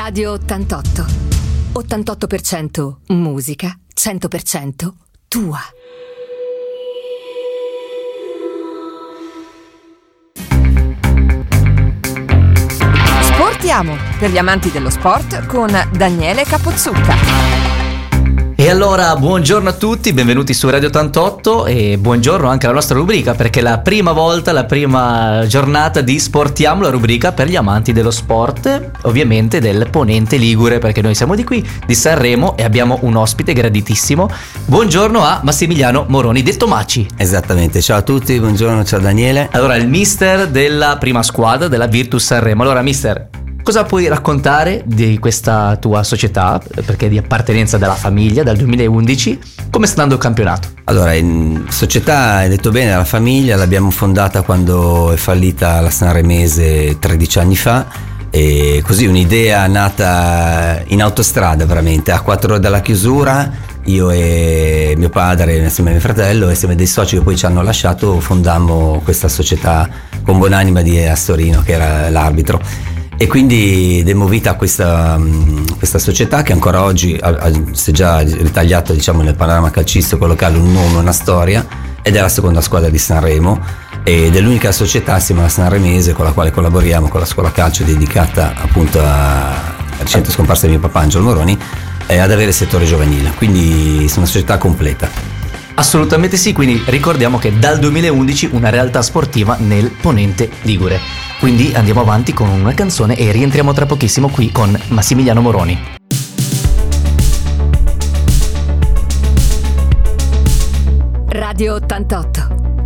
Radio 88. 88% musica, 100% tua. Sportiamo, per gli amanti dello sport, con Daniele Capozzucca. E allora, buongiorno a tutti, benvenuti su Radio 88 e buongiorno anche alla nostra rubrica, perché è la prima volta, la prima giornata di Sportiamo, la rubrica per gli amanti dello sport, ovviamente del Ponente Ligure, perché noi siamo di qui, di Sanremo, e abbiamo un ospite graditissimo. Buongiorno a Massimiliano Moroni, detto Maci. Esattamente, ciao a tutti, buongiorno, ciao Daniele. Allora, il mister della prima squadra della Virtus Sanremo. Allora, mister, cosa puoi raccontare di questa tua società, perché è di appartenenza della famiglia, dal 2011? Come sta andando il campionato? Allora, in società, hai detto bene, la famiglia l'abbiamo fondata quando è fallita la Sanremese 13 anni fa, e così un'idea nata in autostrada veramente, a 4 ore dalla chiusura. Io e mio padre, insieme a mio fratello, insieme a dei soci che poi ci hanno lasciato, fondammo questa società con buonanima di Astorino, che era l'arbitro. E quindi diamo vita a questa società che ancora oggi si è già ritagliato, diciamo, nel panorama calcistico locale un nome, una storia, ed è la seconda squadra di Sanremo ed è l'unica società assieme alla Sanremese con la quale collaboriamo con la scuola calcio dedicata appunto alla recente scomparsa di mio papà Angelo Moroni, ad avere il settore giovanile, quindi è una società completa. Assolutamente sì, quindi ricordiamo che dal 2011 una realtà sportiva nel Ponente Ligure. Quindi andiamo avanti con una canzone e rientriamo tra pochissimo qui con Massimiliano Moroni. Radio 88.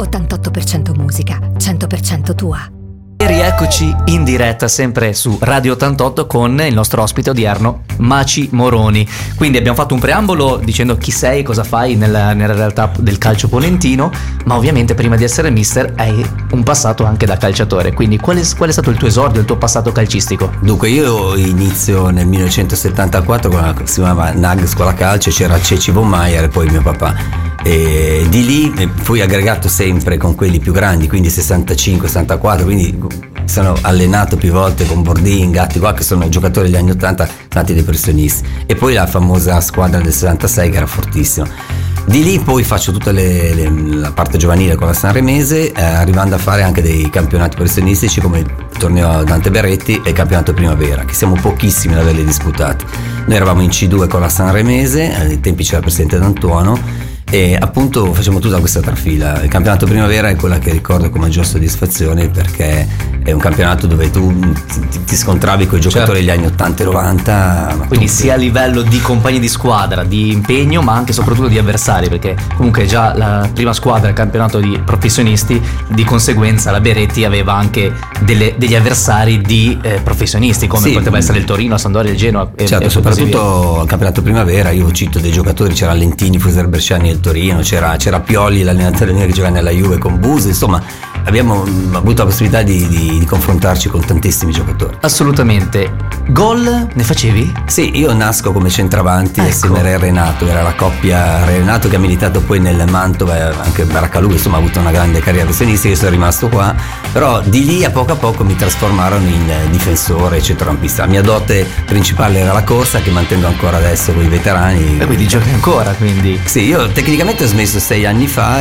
88% musica, 100% tua. E rieccoci in diretta sempre su Radio 88 con il nostro ospite odierno, Maci Moroni. Quindi abbiamo fatto un preambolo dicendo chi sei, cosa fai nella realtà del calcio ponentino, ma ovviamente prima di essere mister hai un passato anche da calciatore. Quindi qual è stato il tuo esordio, il tuo passato calcistico? Dunque, io inizio nel 1974 con la che si chiamava NAG Scuola Calcio, c'era Ceci von Maier e poi mio papà. E di lì fui aggregato sempre con quelli più grandi, quindi 65, 64, quindi sono allenato più volte con Bordin, Gatti, qua che sono giocatori degli anni 80, tanti dei professionisti, e poi la famosa squadra del 66 che era fortissima. Di lì poi faccio tutta la parte giovanile con la Sanremese, arrivando a fare anche dei campionati professionistici come il torneo Dante Berretti e il campionato primavera, che siamo pochissimi ad averli disputati. Noi eravamo in C2 con la Sanremese, ai tempi c'era il presidente D'Antuono, e appunto facciamo tutta questa trafila. Il campionato primavera è quella che ricordo con maggior soddisfazione, perché è un campionato dove tu ti scontravi con i giocatori degli anni 80 e 90. Quindi sia a livello di compagni di squadra, di impegno, ma anche e soprattutto di avversari, perché comunque già la prima squadra il campionato di professionisti, di conseguenza la Beretti aveva anche degli avversari di professionisti, come poteva essere il Torino, Sampdoria, il Genoa. Certo, soprattutto al campionato primavera io cito dei giocatori, c'era Lentini, Fuser Bresciani del Torino, c'era Pioli, l'allenatore mio che giocava nella Juve, con Busi, insomma abbiamo avuto la possibilità di confrontarci con tantissimi giocatori. Assolutamente. Gol ne facevi? Sì, io nasco come centravanti assieme a Renato, era la coppia Renato che ha militato poi nel Mantova, anche Baracalù, insomma ha avuto una grande carriera professionistica. Io sono rimasto qua, però di lì a poco mi trasformarono in difensore e centrocampista. La mia dote principale era la corsa, che mantengo ancora adesso con i veterani. E quindi giochi ancora, quindi? Sì, io tecnicamente ho smesso 6 anni fa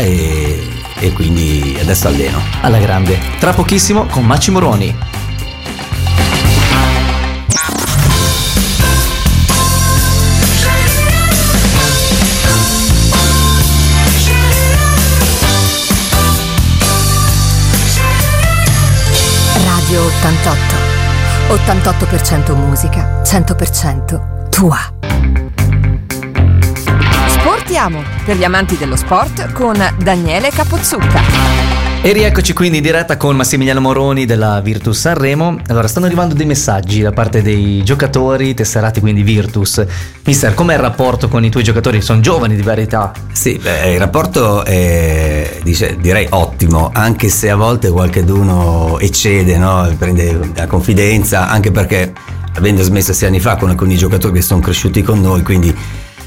e quindi adesso alleno. Alla grande. Tra pochissimo con Maci Moroni. Radio 88. 88% musica, 100% tua. Sportiamo, per gli amanti dello sport, con Daniele Capozzucca. E rieccoci quindi in diretta con Massimiliano Moroni della Virtus Sanremo. Allora, stanno arrivando dei messaggi da parte dei giocatori tesserati, quindi Virtus. Mister, com'è il rapporto con i tuoi giocatori? Sono giovani di varietà. Sì, il rapporto è, direi, ottimo, anche se a volte qualcheduno eccede, no? Prende la confidenza, anche perché avendo smesso 6 anni fa con alcuni giocatori che sono cresciuti con noi, quindi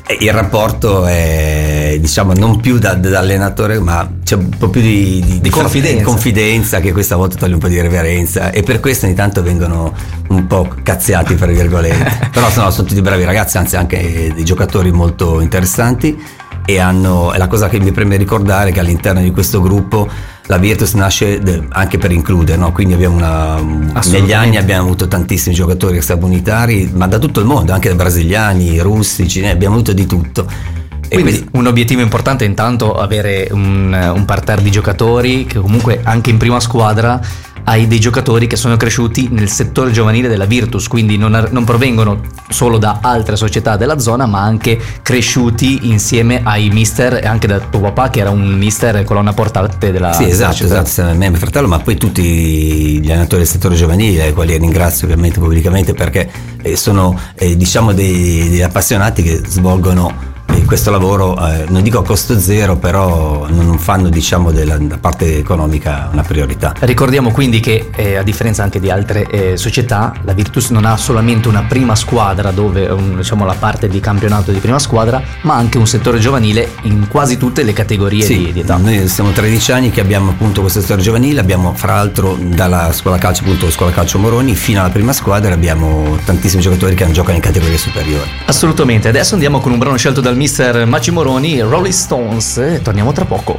Il rapporto è, diciamo, non più da allenatore, ma c'è un po' più di confidenza, che questa volta toglie un po' di reverenza, e per questo ogni tanto vengono un po' cazziati, fra virgolette. Però sono tutti bravi ragazzi, anzi anche dei giocatori molto interessanti, e la cosa che mi preme ricordare è che all'interno di questo gruppo la Virtus nasce anche per includere, no? Quindi negli anni abbiamo avuto tantissimi giocatori extracomunitari, ma da tutto il mondo, anche brasiliani, russi, cinesi, abbiamo avuto di tutto. Quindi un obiettivo importante è intanto avere un parterre di giocatori che comunque anche in prima squadra hai dei giocatori che sono cresciuti nel settore giovanile della Virtus, quindi non provengono solo da altre società della zona, ma anche cresciuti insieme ai mister, e anche da tuo papà che era un mister colonna portante della società. Esatto, me e mio fratello, ma poi tutti gli allenatori del settore giovanile, ai quali ringrazio ovviamente pubblicamente, perché sono diciamo degli appassionati che svolgono questo lavoro, non dico a costo zero, però non fanno, diciamo, della parte economica una priorità. Ricordiamo quindi che a differenza anche di altre società, la Virtus non ha solamente una prima squadra dove diciamo la parte di campionato di prima squadra, ma anche un settore giovanile in quasi tutte le categorie di età. Noi siamo 13 anni che abbiamo appunto questo settore giovanile, abbiamo fra l'altro dalla scuola calcio, appunto scuola calcio Moroni, fino alla prima squadra abbiamo tantissimi giocatori che giocano in categorie superiori. Assolutamente. Adesso andiamo con un brano scelto dal mister Maci Moroni, Rolling Stones, e torniamo tra poco.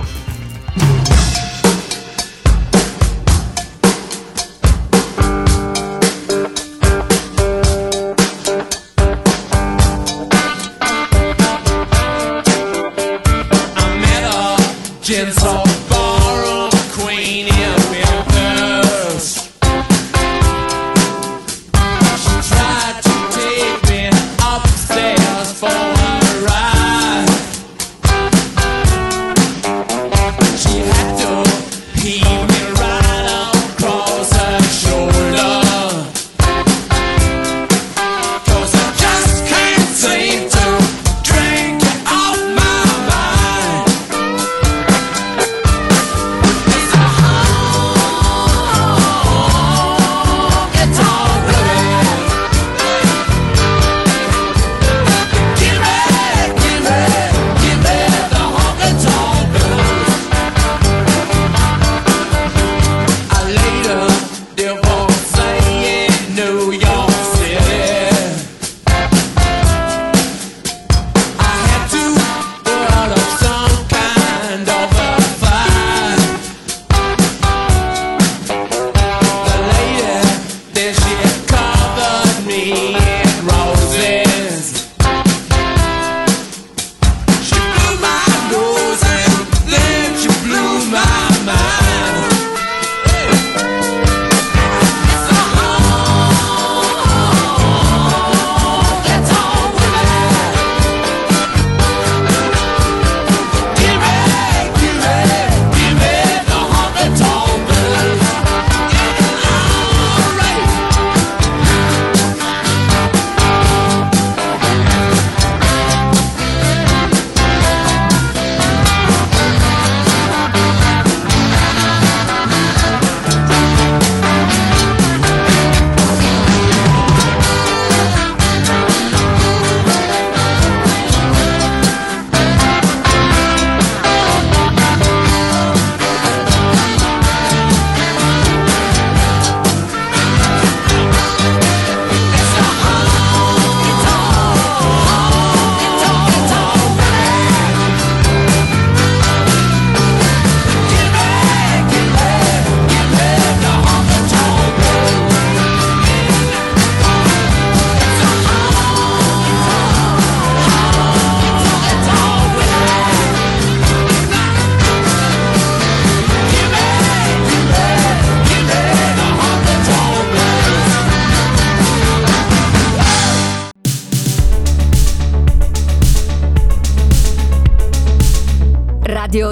Radio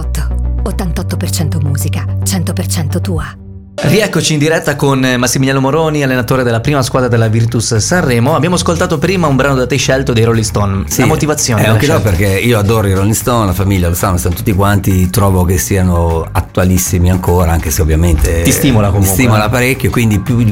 88% musica, 100% tua. Rieccoci in diretta con Massimiliano Moroni, allenatore della prima squadra della Virtus Sanremo. Abbiamo ascoltato prima un brano da te scelto dei Rolling Stone. Sì, la motivazione anche no, perché io adoro i Rolling Stone, la famiglia lo sanno, stanno tutti quanti, trovo che siano attualissimi ancora, anche se ovviamente ti stimola comunque. Mi stimola parecchio, quindi più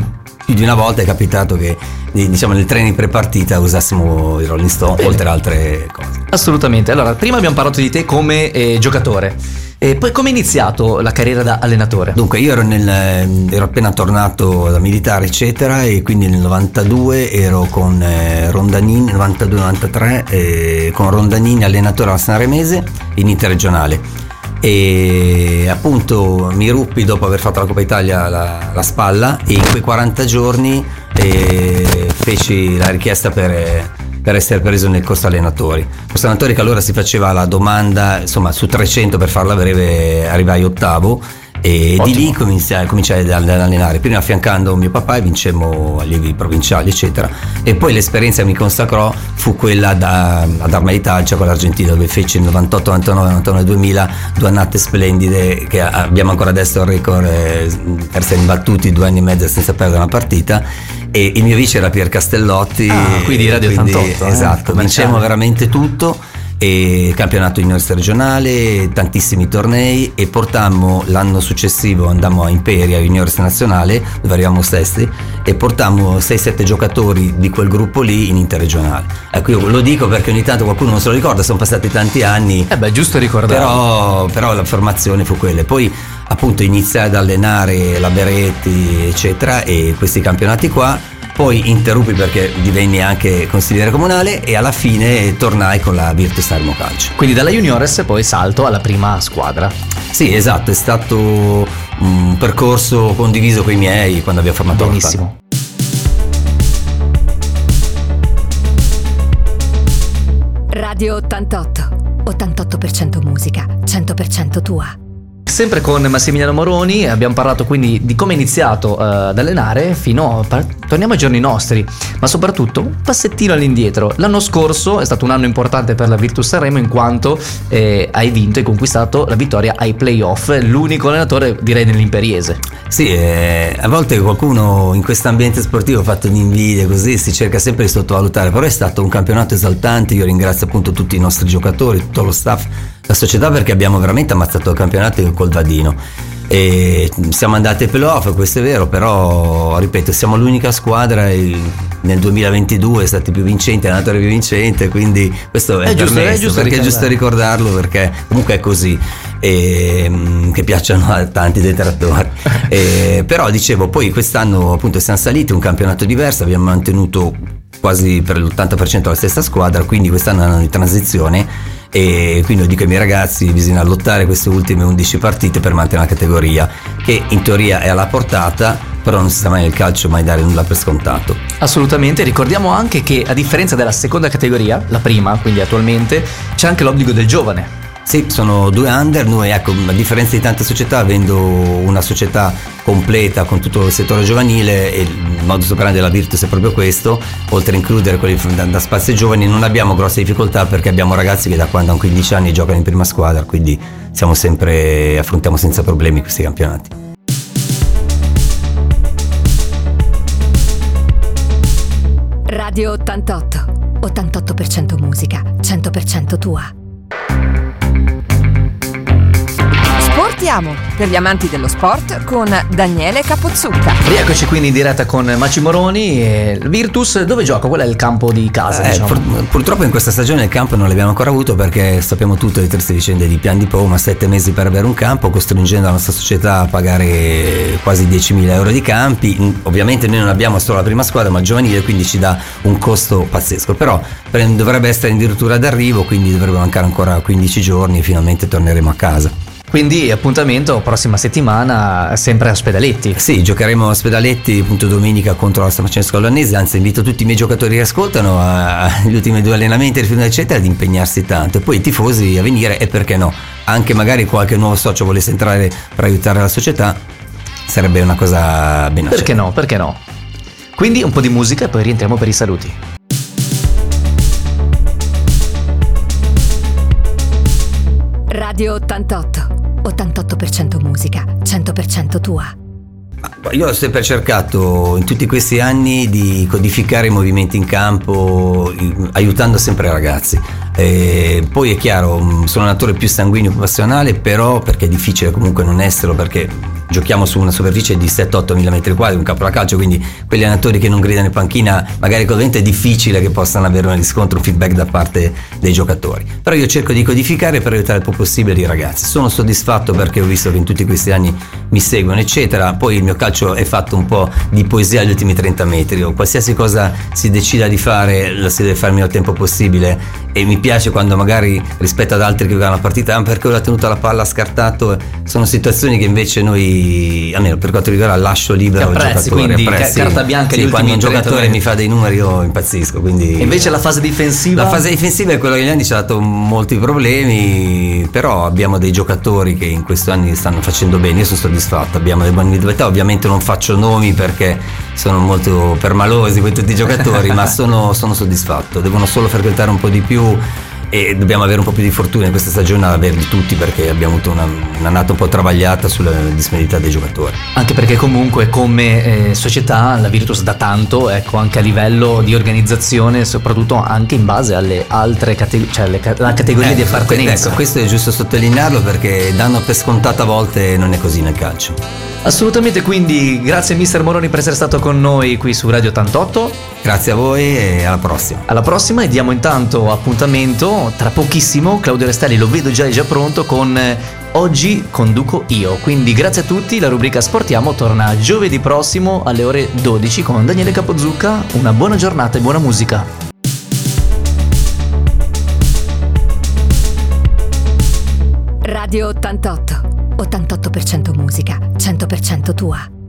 più di una volta è capitato che diciamo nel training pre-partita usassimo i Rolling Stone, oltre ad altre cose. Assolutamente. Allora, prima abbiamo parlato di te come giocatore, e poi come hai iniziato la carriera da allenatore? Dunque io ero appena tornato da militare eccetera, e quindi nel 92 ero con Rondanini, 92-93 con Rondanini allenatore alla Sanremese in interregionale, e appunto mi ruppi dopo aver fatto la Coppa Italia la spalla, e in quei 40 giorni feci la richiesta per essere preso nel corso allenatori che allora si faceva la domanda, insomma su 300, per farla breve arrivai ottavo, e Ottimo. di lì cominciai ad allenare, prima affiancando mio papà e vincemmo allievi provinciali eccetera, e poi l'esperienza che mi consacrò fu quella ad Arma d'Italia con l'Argentina, dove feci il 98, 99, 99, 2000 due annate splendide, che abbiamo ancora adesso il record per essere imbattuti 2 anni e mezzo senza perdere una partita, e il mio vice era Pier Castellotti, quindi Radio 88, esatto, vincemmo veramente tutto, e campionato juniores regionale, tantissimi tornei, e portammo l'anno successivo, andammo a Imperia juniores nazionale dove arrivavamo sesti, e portammo 6-7 giocatori di quel gruppo lì in interregionale. Ecco, io lo dico perché ogni tanto qualcuno non se lo ricorda, sono passati tanti anni, Giusto ricordare. però la formazione fu quella. Poi appunto iniziai ad allenare la Beretti eccetera, e questi campionati qua. Poi interruppi perché divenni anche consigliere comunale, e alla fine tornai con la Virtus Termo Calcio. Quindi dalla juniores poi salto alla prima squadra. Sì, esatto, è stato un percorso condiviso con i miei quando abbiamo formato la Benissimo. Radio 88. 88% musica, 100% tua. Sempre con Massimiliano Moroni abbiamo parlato quindi di come è iniziato ad allenare torniamo ai giorni nostri, ma soprattutto un passettino all'indietro. L'anno scorso è stato un anno importante per la Virtus Sanremo, in quanto hai vinto e conquistato la vittoria ai playoff, l'unico allenatore direi nell'imperiese. Sì, a volte qualcuno in questo ambiente sportivo fatto di invidie così si cerca sempre di sottovalutare, però è stato un campionato esaltante. Io ringrazio appunto tutti i nostri giocatori, tutto lo staff, la società, perché abbiamo veramente ammazzato il campionato col Vadino, e siamo andati ai playoff, questo è vero, però ripeto, siamo l'unica squadra nel 2022 stati più vincenti, allenatore più vincente, quindi questo è giusto ricordarlo, perché comunque è così, che piacciono a tanti detrattori. Però dicevo, poi quest'anno appunto siamo saliti, un campionato diverso, abbiamo mantenuto quasi per l'80% la stessa squadra, quindi quest'anno è un anno di transizione, e quindi lo dico ai miei ragazzi, bisogna lottare queste ultime 11 partite per mantenere la categoria, che in teoria è alla portata, però non si sa mai nel calcio mai dare nulla per scontato. Assolutamente. Ricordiamo anche che, a differenza della seconda categoria, la prima quindi attualmente, c'è anche l'obbligo del giovane. Sì, sono 2 under. Noi, ecco, a differenza di tante società, avendo una società completa con tutto il settore giovanile, e il modus operandi della Virtus è proprio questo, oltre a includere quelli da spazio giovani, non abbiamo grosse difficoltà, perché abbiamo ragazzi che da quando hanno 15 anni giocano in prima squadra, quindi affrontiamo senza problemi questi campionati. Radio 88. 88% musica, 100% tua. Sportiamo, per gli amanti dello sport, con Daniele Capozzucca. Rieccoci quindi in diretta con Maci Moroni. Virtus dove gioca? Qual è il campo di casa? Diciamo? Purtroppo in questa stagione il campo non l'abbiamo ancora avuto, perché sappiamo tutte le triste vicende di Pian di Poma, 7 mesi per avere un campo, costringendo la nostra società a pagare quasi 10.000 euro di campi. Ovviamente noi non abbiamo solo la prima squadra, ma il giovanile, quindi ci dà un costo pazzesco, però dovrebbe essere addirittura d'arrivo, quindi dovrebbe mancare ancora 15 giorni e finalmente torneremo a casa. Quindi appuntamento prossima settimana sempre a Ospedaletti. Sì, giocheremo a Ospedaletti appunto domenica contro la San Francesco Albanese. Anzi, invito tutti i miei giocatori che ascoltano agli ultimi 2 allenamenti eccetera ad impegnarsi tanto, e poi i tifosi a venire, e perché no, anche magari qualche nuovo socio volesse entrare per aiutare la società, sarebbe una cosa ben accetta. Perché no? Quindi un po' di musica e poi rientriamo per i saluti. Radio 88. 88% musica, 100% tua. Io ho sempre cercato in tutti questi anni di codificare i movimenti in campo, aiutando sempre i ragazzi. Poi è chiaro, sono un attore più sanguigno, più passionale, però perché è difficile comunque non esserlo, perché giochiamo su una superficie di 7-8 mm², un campo da calcio, quindi quegli allenatori che non gridano in panchina, magari è difficile che possano avere un riscontro, un feedback da parte dei giocatori. Però io cerco di codificare per aiutare il più possibile i ragazzi. Sono soddisfatto perché ho visto che in tutti questi anni mi seguono, eccetera. Poi il mio calcio è fatto un po' di poesia agli ultimi 30 metri. Qualsiasi cosa si decida di fare, la si deve fare il meno tempo possibile, e mi piace quando magari rispetto ad altri che giocano la partita, perché ho tenuto la palla, scartato. Sono situazioni che invece noi, almeno per quanto riguarda, lascio libero al giocatore. Quindi carta bianca. Sì, quando un giocatore mi fa dei numeri io impazzisco. Quindi e invece la fase difensiva? La fase difensiva è quello che negli anni ci ha dato molti problemi, però abbiamo dei giocatori che in questi anni stanno facendo bene. Io sono soddisfatto, abbiamo delle buone individualità. Ovviamente non faccio nomi perché sono molto permalosi con tutti i giocatori, ma sono soddisfatto. Devono solo frequentare un po' di più e dobbiamo avere un po' più di fortuna in questa stagione ad averli tutti, perché abbiamo avuto un'annata un po' travagliata sulla disponibilità dei giocatori. Anche perché comunque come società la Virtus da tanto, ecco, anche a livello di organizzazione, soprattutto anche in base alle altre categorie, cioè la categoria di appartenenza. Ecco, questo è giusto sottolinearlo, perché danno per scontato a volte non è così nel calcio. Assolutamente, quindi grazie mister Moroni per essere stato con noi qui su Radio 88. Grazie a voi e alla prossima. Alla prossima, e diamo intanto appuntamento tra pochissimo. Claudio Restelli lo vedo già, è già pronto con Oggi conduco io. Quindi grazie a tutti, la rubrica Sportiamo torna giovedì prossimo alle ore 12 con Daniele Capozucca. Una buona giornata e buona musica. Radio 88. 88% musica, 100% tua.